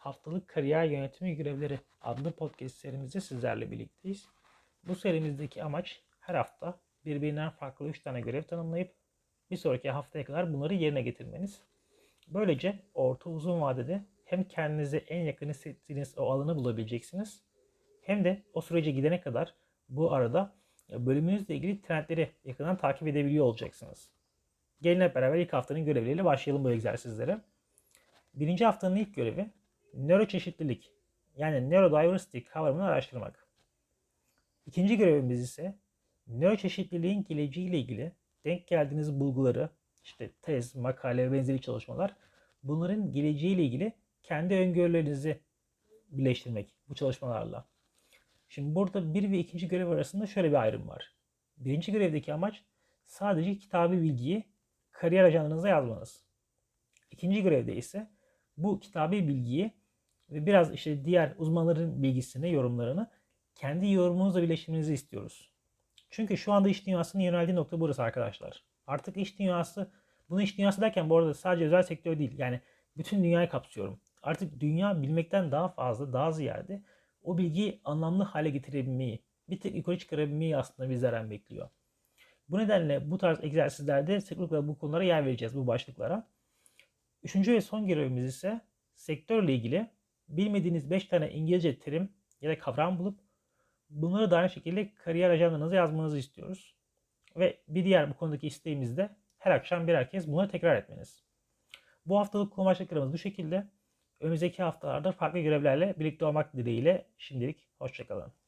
Haftalık Kariyer Yönetimi Görevleri adlı podcast serimizde sizlerle birlikteyiz. Bu serimizdeki amaç her hafta birbirinden farklı 3 tane görev tanımlayıp bir sonraki haftaya kadar bunları yerine getirmeniz. Böylece orta uzun vadede hem kendinize en yakın hissettiğiniz o alanı bulabileceksiniz, hem de o sürece gidene kadar bu arada bölümünüzle ilgili trendleri yakından takip edebiliyor olacaksınız. Gelin hep beraber ilk haftanın görevleriyle başlayalım bu egzersizlere. Birinci haftanın ilk görevi nöroçeşitlilik, yani neurodiversity kavramını araştırmak. İkinci görevimiz ise nöroçeşitliliğin geleceğiyle ilgili denk geldiğiniz bulguları, işte tez, makale ve benzeri çalışmalar, bunların geleceğiyle ilgili kendi öngörülerinizi birleştirmek bu çalışmalarla. Şimdi burada bir ve ikinci görev arasında şöyle bir ayrım var. Birinci görevdeki amaç sadece kitabi bilgiyi kariyer ajandanıza yazmanız. İkinci görevde ise bu kitabi bilgiyi ve biraz işte diğer uzmanların bilgisini, yorumlarını kendi yorumunuzla birleştirmenizi istiyoruz. Çünkü şu anda iş dünyasının yöneldiği nokta burası arkadaşlar. Artık iş dünyası, bunu iş dünyası derken bu arada sadece özel sektör değil. Yani bütün dünyayı kapsıyorum. Artık dünya bilmekten daha fazla, daha ziyade o bilgiyi anlamlı hale getirebilmeyi, bir tık yukarı çıkarabilmeyi aslında bizlerden bekliyor. Bu nedenle bu tarz egzersizlerde sıklıkla bu konulara yer vereceğiz, bu başlıklara. Üçüncü ve son görevimiz ise sektörle ilgili bilmediğiniz 5 tane İngilizce terim ya da kavram bulup bunları da aynı şekilde kariyer ajandanıza yazmanızı istiyoruz. Ve bir diğer bu konudaki isteğimiz de her akşam birer kez bunları tekrar etmeniz. Bu haftalık konu başlıklarımız bu şekilde. Önümüzdeki haftalarda farklı görevlerle birlikte olmak dileğiyle şimdilik hoşçakalın.